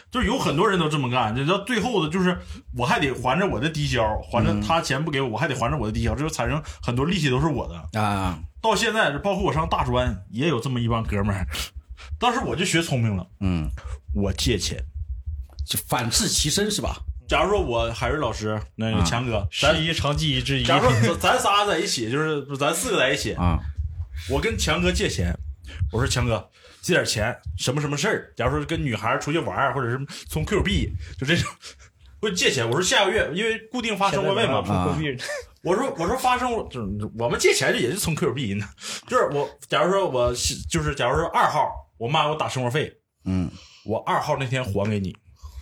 就是有很多人都这么干，就到最后的就是我还得还着我的低消，还着他钱不给我还得还着我的低消，这就产生很多利息都是我的啊。到现在包括我上大专也有这么一帮哥们儿，当时我就学聪明了，我借钱
就反制其身是吧？
假如说我海瑞老师那个强哥，
十一长记忆之一。
假如说咱仨在一起，就是咱4个在一起啊，我跟强哥借钱，我说强哥借点钱，什么什么事儿？假如说跟女孩出去玩，或者是从 Q 币，就这种，我借钱。我说下个月因为固定发生活费嘛，我说发生就是我们借钱也是从 Q 币呢，就是我假如说我就是假如说2号，我妈给我打生活费，我2号那天还给你，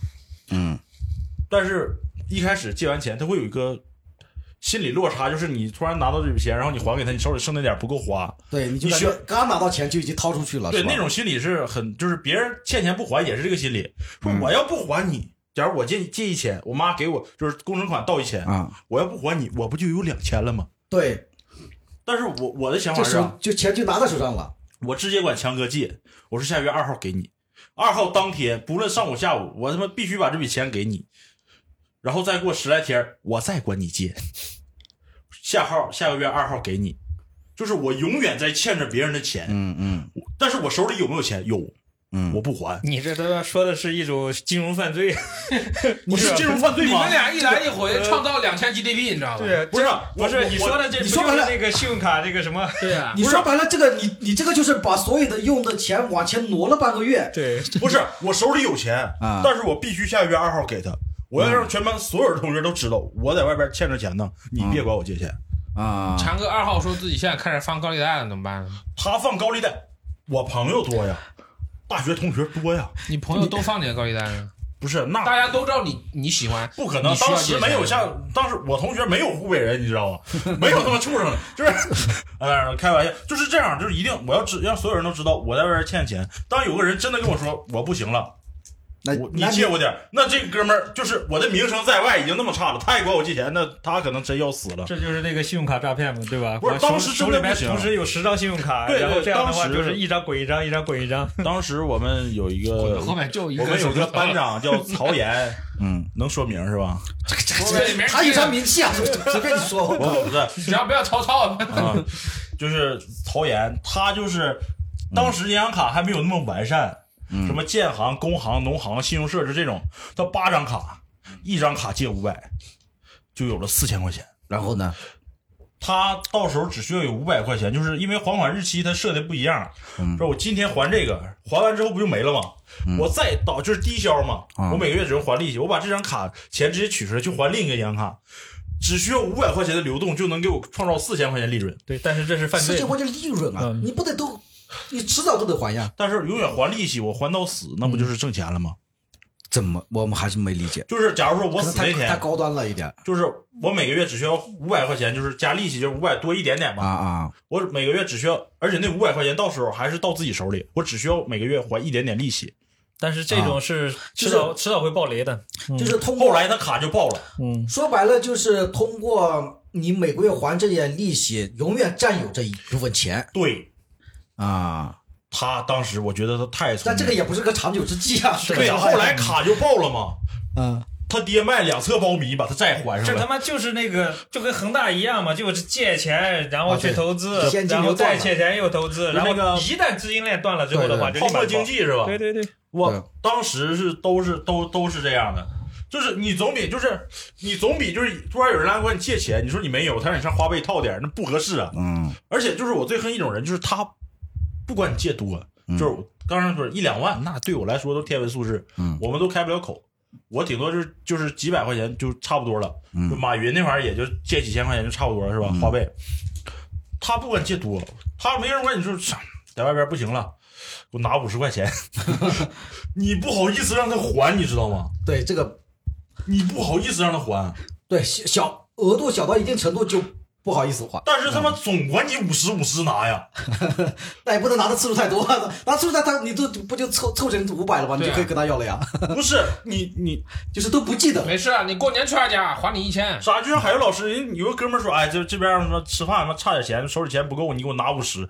但是一开始借完钱，他会有一个心理落差，就是你突然拿到这笔钱，然后你还给他，你手里剩那点不够花，
对，你就感觉刚拿到钱就已经掏出去了，
对，那种心理是很，就是别人欠钱不还也是这个心理，说我要不还你，假如我借1000，我妈给我就是工程款到1000啊，我要不还你，我不就有2000了吗？
对，
但是我的想法是，
就钱就拿在手上了，
我直接管强哥借，我说下个月2号给你，2号当天不论上午下午，我他妈必须把这笔钱给你。然后再过10来天，我再管你借，下个月2号给你，就是我永远在欠着别人的钱，但是我手里有没有钱？有，我不还。
你这他妈说的是一种金融犯罪，
不是金融犯罪吗？
你们俩一来一回创造2000 GDP， 你知道吗？
对，不是你说的这，
你说白了
那个信用卡这个什么？
对啊，
你说白了这个你这个就是把所有的用的钱往前挪了半个月。
对，
不是我手里有钱，但是我必须下个月2号给他。我要让全班所有的同学都知道我在外边欠着钱呢，你别管我借钱
啊！强哥2号说自己现在开始放高利贷了，怎么办？
他放高利贷，我朋友多呀，大学同学多呀。
你朋友都放你的高利贷呢？
不是，那
大家都知道你喜欢，
不可能。当时没有像当时我同学没有湖北人，你知道吗？没有他妈畜生，就是开玩笑，就是这样，就是一定我要让所有人都知道我在外边欠钱。当有个人真的跟我说我不行了。你借我点，那这哥们儿就是我的名声在外已经那么差了，他也管我借钱，那他可能真要死了。
这就是那个信用卡诈骗嘛，对吧？
不是，当时真的不行，
同时有10张信用卡，
对，
然后这样的话就是一张滚一张，一张滚一张。
当时我们有一个，
后面就一个，
我们有个班长叫曹岩，能说名是吧？
他有啥名气啊？随便你说，
不是，
只要不要曹操
就是曹岩，他就是当时银行卡还没有那么完善。什么建行、工行、农行、信用社就这种，他8张卡，一张卡借500，就有了4000块钱。
然后呢，
他到时候只需要有500块钱，就是因为还款日期他设的不一样，说我今天还这个，还完之后不就没了吗？我再倒就是低消嘛，我每个月只用还利息，我把这张卡钱直接取出来去还另一个银行卡，只需要500块钱的流动就能给我创造4000块钱利润。
对，但是这是犯罪。
4000块钱利润啊，你不得都。你迟早都得还呀，
但是永远还利息，我还到死，那不就是挣钱了吗？
怎么？我们还是没理解。
就是假如说我死那天
太高端了一点，
就是我每个月只需要500块钱，就是加利息，就是500多一点点吧。我每个月只需要，而且那500块钱到时候还是到自己手里，我只需要每个月还一点点利息。
但是这种是迟早会爆雷的，
就是通过
后来他卡就爆了。
说白了就是通过你每个月还这点利息，永远占有这一部分钱。
对。他当时我觉得他太聪明了，
但这个也不是个长久之计啊。
对呀，后来卡就爆了嘛。他爹卖2侧苞米把他债还上了。
这他妈就是那个就跟恒大一样嘛，就是借钱然后去投资，然后再借钱又投资，然后一旦资金链断了之后的话，就
泡沫经济是吧？
对对对，
我当时是都是这样的。就是你总比就是突然有人来管你借钱，你说你没有，他让你上花呗套点，那不合适啊。而且就是我最恨一种人，就是他不管你借多，就是我刚才说1、2万，那对我来说都天文数字，我们都开不了口。我顶多就是几百块钱就差不多了。就马云那会儿也就借几千块钱就差不多了，是吧？花呗，他不管借多，他没人管你说在外边不行了，给我拿50块钱，你不好意思让他还，你知道吗？
对，这个
你不好意思让他还。
对，额度小到一定程度就不好意思还，
但是他妈总管你50拿呀，
那也不能拿的次数太多，拿次数他你都不就凑成500了吗？你就可以跟他要了呀。
不是你
就是都不记得。
没事，你过年去他家还你1000。
啥？就像海游老师，有个哥们说，哎，这边什么吃饭什么差点钱，手里钱不够，你给我拿50。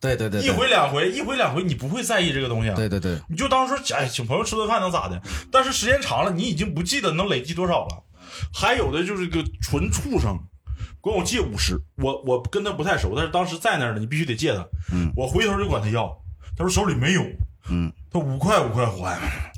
对，
一回两回你不会在意这个东西啊。
对，
你就当说请朋友吃顿饭能咋的？但是时间长了，你已经不记得能累积多少了。还有的就是个纯畜生，管我借50，我跟他不太熟，但是当时在那儿呢，你必须得借他。我回头就管他要，他说手里没有。他5块还。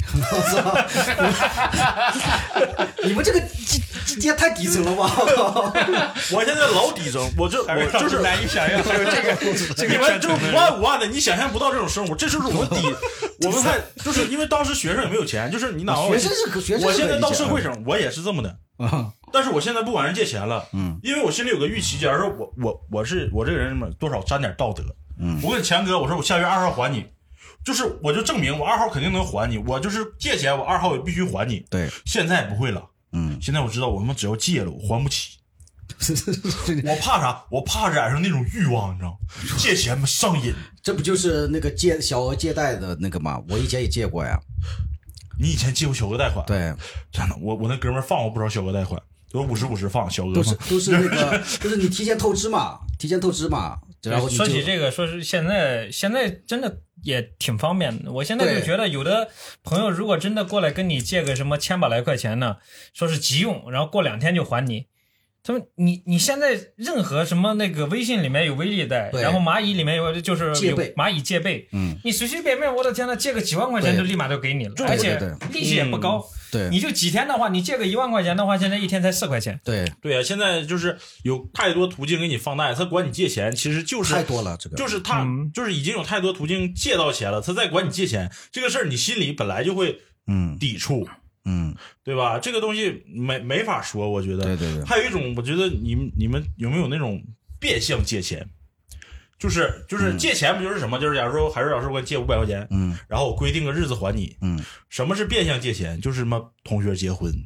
你们这个也太底层了吧！
我现在老底层，我就是
难以想象，还有这个
你们就是5万的，你想象不到这种生活，这就是我们底。我们还就是因为当时学生也没有钱，就是你哪怕
学生，
我现在到社会上我也是这么的。但是我现在不管人借钱了，因为我心里有个预期，假如说我这个人多少沾点道德，我跟强哥我说我下月2号还你。就是我就证明我2号肯定能还你，我就是借钱我2号也必须还你。
对，
现在不会了。现在我知道我他妈只要借了我还不起。我怕啥？我怕染上那种欲望，你知道吗？借钱嘛上瘾。
这不就是那个小额借贷的那个吗？我以前也借过呀。
你以前借过小额贷款？
对，
真的，我那哥们放过不少小额贷款，都50放小额
都是那个，就是你提前透支嘛。然后
说起这个，说是现在真的也挺方便的。我现在就觉得有的朋友如果真的过来跟你借个什么1000把来块钱呢，说是急用，然后过2天就还你。他们你现在任何什么那个微信里面有微利贷，然后蚂蚁里面有就是有蚂蚁借呗，你随随便便我的天呐，借个几万块钱就立马就给你了，而且利息也不高。
对，
你就几天的话，你借个1万块钱的话，现在1天才4块钱。
对啊，现在就是有太多途径给你放贷，他管你借钱，其实就是
太多了，这个
就是他就是已经有太多途径借到钱了，他再管你借钱，这个事儿你心里本来就会抵触。对吧？这个东西没法说，我觉得。对。还有一种，我觉得你们有没有那种变相借钱？就是借钱不就是什么？就是假如说海瑞老师给我借500块钱，然后我规定个日子还你。什么是变相借钱？就是什么同学结婚。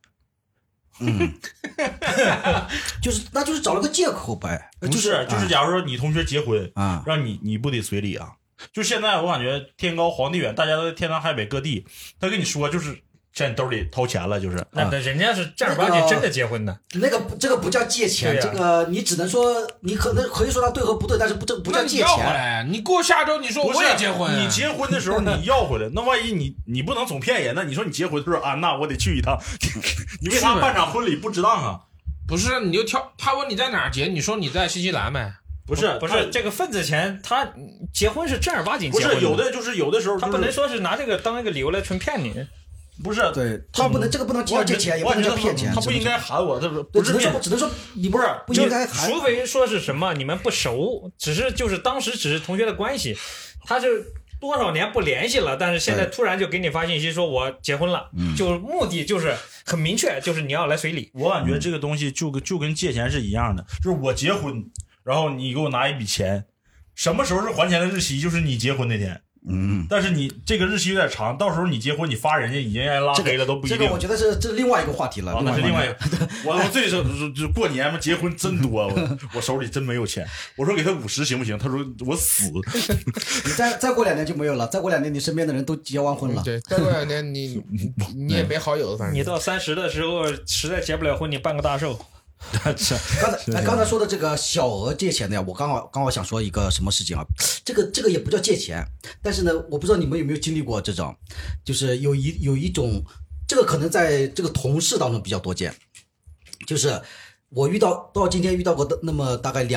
那就是找了个借口呗。
就是假如说你同学结婚啊，让你不得随礼啊？就现在我感觉天高皇帝远，大家都在天南海北各地，他跟你说就是。在你兜里掏钱了，就是
那人家是正儿八经真的结婚的。
这个不叫借钱，这个你只能说你可以说他对和不对，但是不叫借钱。
你过下周你说我也结婚，
你结婚的时候你要回来，那万一你不能总骗人，那你说你结婚的时候啊，那我得去一趟，你为啥办场婚礼不值当啊？
不是，你就挑他问你在哪儿结，你说你在新西兰呗。
不是
这个份子钱，他结婚是正儿八经结婚，
不是有的就是有的时候
他不能说是拿这个当一个理由来纯骗你。
不是，
对他不能这个不能叫借钱，也不能叫骗钱，
他不应该喊我，他
不是只能说你不应该喊，
除非说是什么你们不熟，就是当时只是同学的关系，他是多少年不联系了，但是现在突然就给你发信息说我结婚了，就目的就是很明确，就是你要来随礼。
我感觉这个东西就跟借钱是一样的，就是我结婚，然后你给我拿一笔钱，什么时候是还钱的日期，就是你结婚那天。但是你这个日期有点长，到时候你结婚你发人家已经拉黑了都不一定。
这个我觉得这另外一个话题了。
那是另外一个。我最就过年嘛，结婚真多，我手里真没有钱。我说给他50行不行？他说我死。
你再过2年就没有了，再过2年你身边的人都结完婚了。
对，再过2年你也没好友，反正
你到30的时候实在结不了婚，你办个大寿。
刚才说的这个小额借钱的呀，我刚好想说一个什么事情啊？这个也不叫借钱，但是呢，我不知道你们有没有经历过这种，就是有一种，这个可能在这个同事当中比较多见，就是我到今天遇到过的那么大概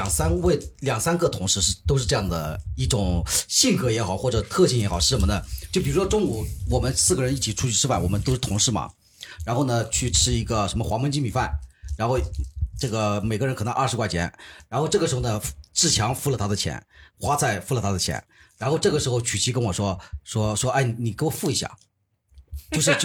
2、3个同事都是这样的一种性格也好或者特性也好，是什么呢？就比如说中午我们4个人一起出去吃饭，我们都是同事嘛，然后呢去吃一个什么黄焖鸡米饭。然后这个每个人可能20块钱，然后这个时候呢，志强付了他的钱，华仔付了他的钱，然后这个时候曲奇跟我说，哎，你给我付一下，不是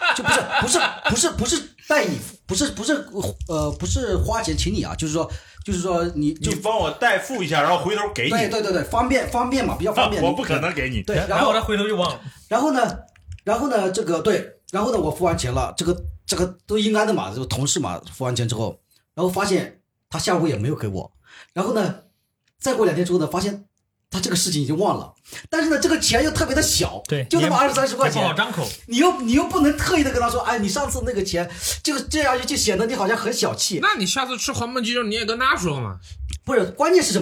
带你，不是花钱请你啊，就是说你
帮我代付一下，然后回头给你。
对，方便嘛，比较方便。
我不可能给你。
对，
然后他回头就忘了。
然后呢，这个对，然后呢，我付完钱了，这个都应该的嘛，这个同事嘛，付完钱之后，然后发现他下午也没有给我，然后呢，再过2天之后呢，发现他这个事情已经忘了，但是呢，这个钱又特别的小，
对，
就那么20-30块钱，
不好张口。
你又不能特意的跟他说，哎，你上次那个钱，这样就显得你好像很小气。
那你下次吃黄焖鸡肉你也跟他说嘛？
不是，关键是什么呢？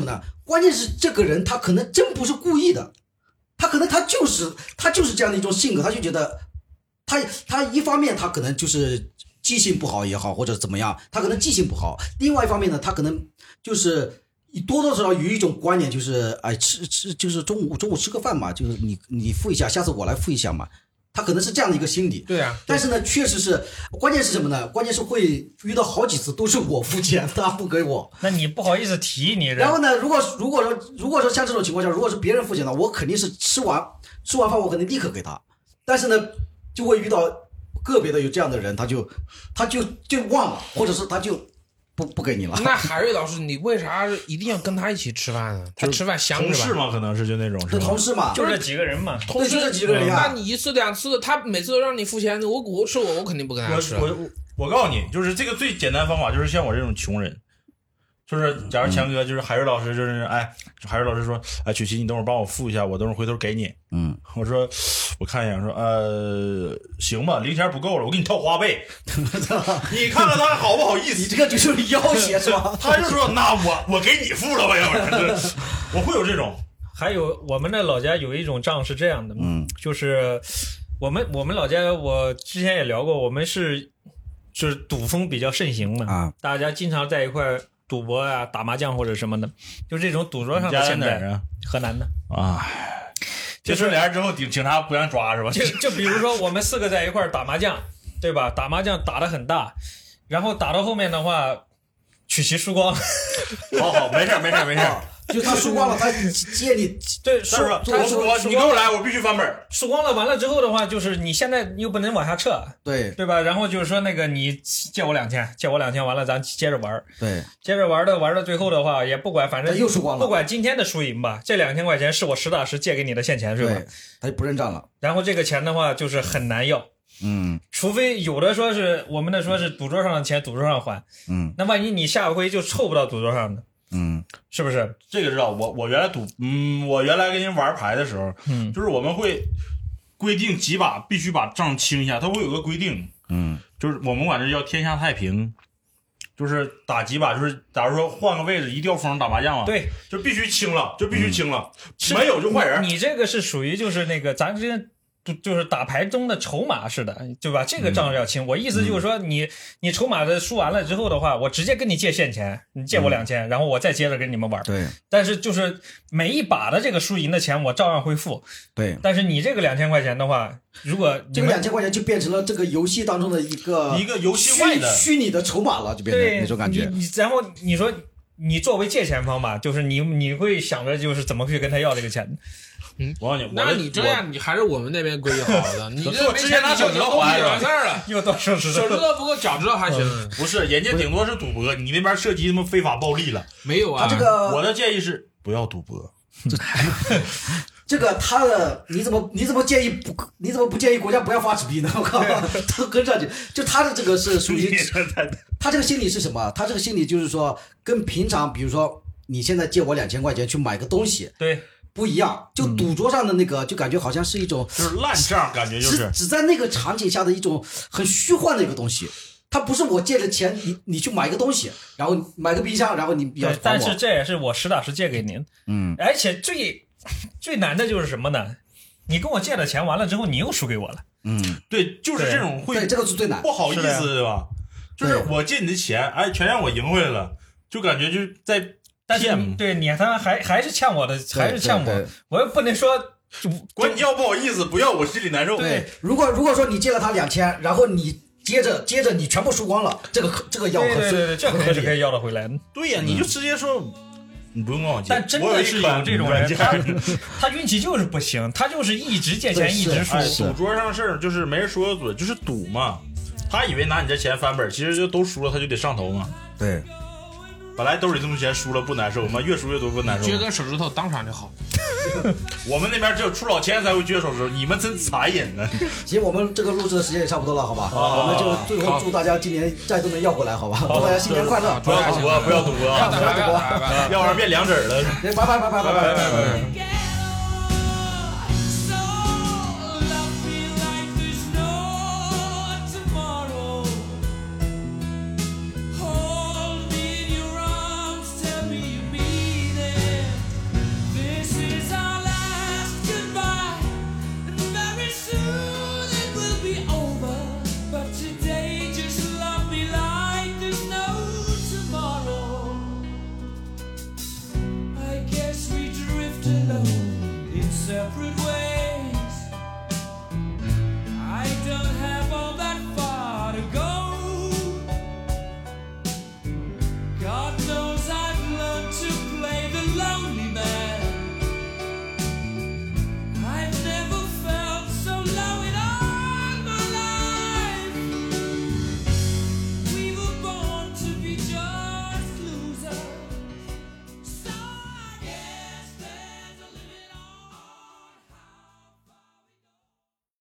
关键是这个人他可能真不是故意的，他可能他就是这样的一种性格，他就觉得他一方面他可能就是记性不好也好，或者怎么样，他可能记性不好，另外一方面呢，他可能就是多多少少有一种观念，就是哎吃就是中午吃个饭嘛，就是你付一下，下次我来付一下嘛。他可能是这样的一个心理，
对啊。
但是呢，确实是关键是什么呢？关键是会遇到好几次都是我付钱，他不给我。
那你不好意思提你。
然后呢，如果说像这种情况下，如果是别人付钱的，我肯定是吃完饭我肯定立刻给他。但是呢，就会遇到个别的有这样的人，他就忘了，或者是他就不给你了。
那海瑞老师，你为啥一定要跟他一起吃饭呢？他吃饭香
同事嘛，可能是就那种是
同事嘛，
就这几个人嘛，
同事
这几个人呀。
那你一次两次，他每次都让你付钱，我肯定不跟他吃。
我告诉你，就是这个最简单方法，就是像我这种穷人。就是假如强哥就是海瑞老师，就是海瑞老师说，哎，曲奇你等会儿帮我付一下，我等会儿回头给你。我说我看一眼，说行吧，零钱不够了，我给你跳花呗。你看看他好不好意思？
你这个就是要挟是吧？
他就说那我给你付了吧，要不然我会有这种。
还有我们的老家有一种账是这样的，就是我们老家我之前也聊过，我们就是赌风比较盛行嘛，大家经常在一块赌博啊，打麻将或者什么的，就这种赌桌上的。现在河南的啊，
就是俩人之后警察不让抓是吧？
就比如说我们4个在一块打麻将，对吧？打麻将打得很大，然后打到后面的话，曲奇输光了。
好，没事。
就他输光了，他借你。
对，
你给我来，我必须翻本。
输光了，完了之后的话，就是你现在又不能往下撤，对吧？然后就是说那个你借我2000，完了咱接着玩。
对，
接着玩到最后的话，也不管，反正
又输光了，
不管今天的输赢吧，这2000块钱是我实打实借给你的现钱，是吧？
他就不认账了。
然后这个钱的话，就是很难要。除非有的说是我们的说是赌桌上的钱，赌桌上还。那万一你下回就凑不到赌桌上的。是不是？
这个知道。我原来我原来跟人玩牌的时候，就是我们会规定几把必须把账清一下，它会有个规定，就是我们管这叫天下太平，就是打几把，就是假如说换个位置一掉风打麻将嘛，
对，
就必须清了，没有就换人。
你这个是属于就是那个咱之前就是打牌中的筹码似的，对吧？这个账要清。我意思就是说你筹码的输完了之后的话，我直接跟你借现钱，你借我2000，然后我再接着跟你们玩。
对。
但是就是每一把的这个输赢的钱我照样会付。
对。
但是你这个2000块钱的话，如果
这个2000块钱就变成了这个游戏当中的一个
游戏外的
虚拟的筹码了，就变成那种感觉。
然后你说你作为借钱方吧，就是你会想着就是怎么去跟他要这个钱。
我告诉你，
那你这样，你还是我们那边规矩好的。你这
之前拿手指头还
完事儿了，
又到手指
头不够，脚趾头还行。
不是，人家顶多是赌博，你那边涉及什么非法暴力了？
没有啊。
他这个
我的建议是不要赌博。
这个他的你怎么建议不？你怎么不建议国家不要发纸币呢？我靠，都跟上去。就他的这个是属于他这个心理是什么？他这个心理就是说，跟平常比如说你现在借我2000块钱去买个东西，
对。
不一样，就赌桌上的那个，就感觉好像是一种
就是烂账，感觉就是
只在那个场景下的一种很虚幻的一个东西。它不是我借的钱，你去买个东西，然后买个冰箱，然后你要还我。
但是这也是我实打实借给您，而且最难的就是什么呢？你跟我借了钱，完了之后你又输给我了。
对，就是这种会，
对，这个是最难，
不好意思，对吧？就是我借你的钱，哎，全让我赢回来了，就感觉就是在。
但是对你他还是欠我的，还是欠我又不能说
管你要不好意思，不要我心里难受。
对，如果说你借了他2000，然后你接着你全部输光了，这个要
对，这肯定是可以要得回来的。
对呀，你就直接说你不用跟我借。
但真的是有这种人，他运气就是不行，他就是一直借钱一直输。
赌桌上事儿就是没人说嘴，就是赌嘛。他以为拿你这钱翻本，其实就都输了，他就得上头嘛。
对。
本来兜里这么多钱输了不难受吗？越输越多不难受。
撅根手指头当场就好。
我们那边只有出老千才会撅手指头，你们真残忍呢。
其实我们这个录制的时间也差不多了，好吧？我们就最后祝大家今年债都能要回来，好吧？祝大家新年快乐！
不要赌博，不要赌博，
不要赌博，
要不然变2子了。
拜拜。